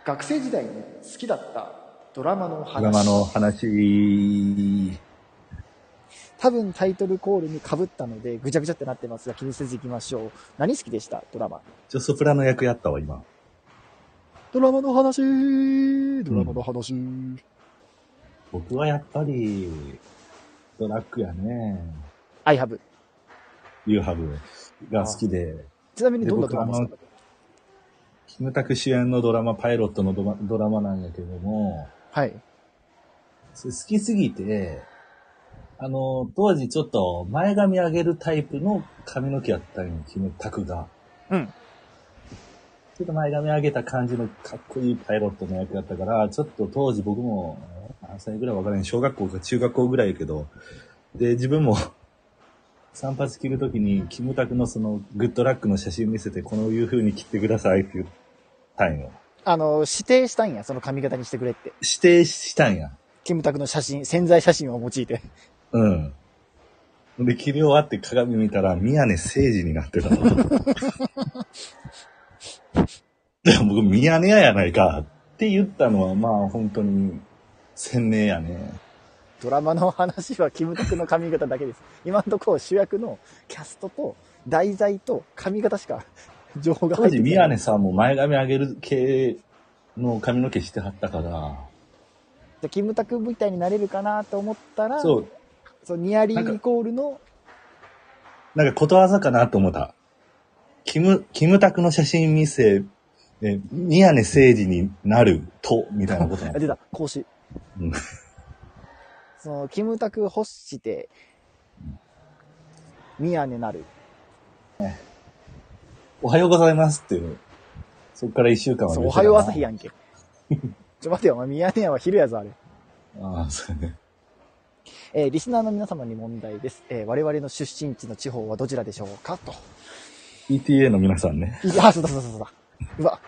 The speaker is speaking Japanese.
学生時代に好きだったドラマの話。 ドラマの話。 多分タイトルコールに被ったのでぐちゃぐちゃってなってますが、気にせず行きましょう。何好きでしたドラマ？ ソプラノ役やったわ、今。 ドラマの話。ドラマの話。 僕はやっぱり、ドラッグやね。 I have。 ユーハブが好きで。 ちなみにどんなドラマですか？ キムタク主演のドラマ、パイロットのドラマなんやけども、 はい。 好きすぎて、当時ちょっと前髪上げるタイプの髪の毛やったんよ、キムタクが。 うん。 ちょっと前髪上げた感じのかっこいいパイロットの役やったから、ちょっと当時僕も、何歳ぐらいわからん、小学校か中学校ぐらいやけど、で、自分も散髪切るときに、キムタクのそのグッドラックの写真見せて、こういう風に切ってくださいって言ったんよ。 指定したんや、その髪型にしてくれって。 指定したんや。 キムタクの写真、潜在写真を用いて。 うん。で、切り終わって鏡見たら、宮根誠司になってたの。でも僕、宮根やないかって言ったのは、まあ本当に鮮明やね。 ドラマの話はキムタクの髪型だけです。今のところ主役のキャストと題材と髪型しか情報が入ってない。 当時宮根さんも前髪上げる系の髪の毛してはったから。 でキムタクみたいになれるかなと思ったら、 そう。 ニアリーイコールの。 なんかことわざかなと思った。キムタクの写真見せ、宮根誠司になると、みたいなことなん出た、講師。 うんキムタク欲して、宮根なる。 おはようございますっていう。そっから一週間はそう、おはよう朝日やんけ。待てよ、お前宮根屋は昼やぞ、あれ。 ああ、そうね。 リスナーの皆様に問題です。我々の出身地の地方はどちらでしょうかと。 PTA の皆さんね。 あ、そうだ。うわ、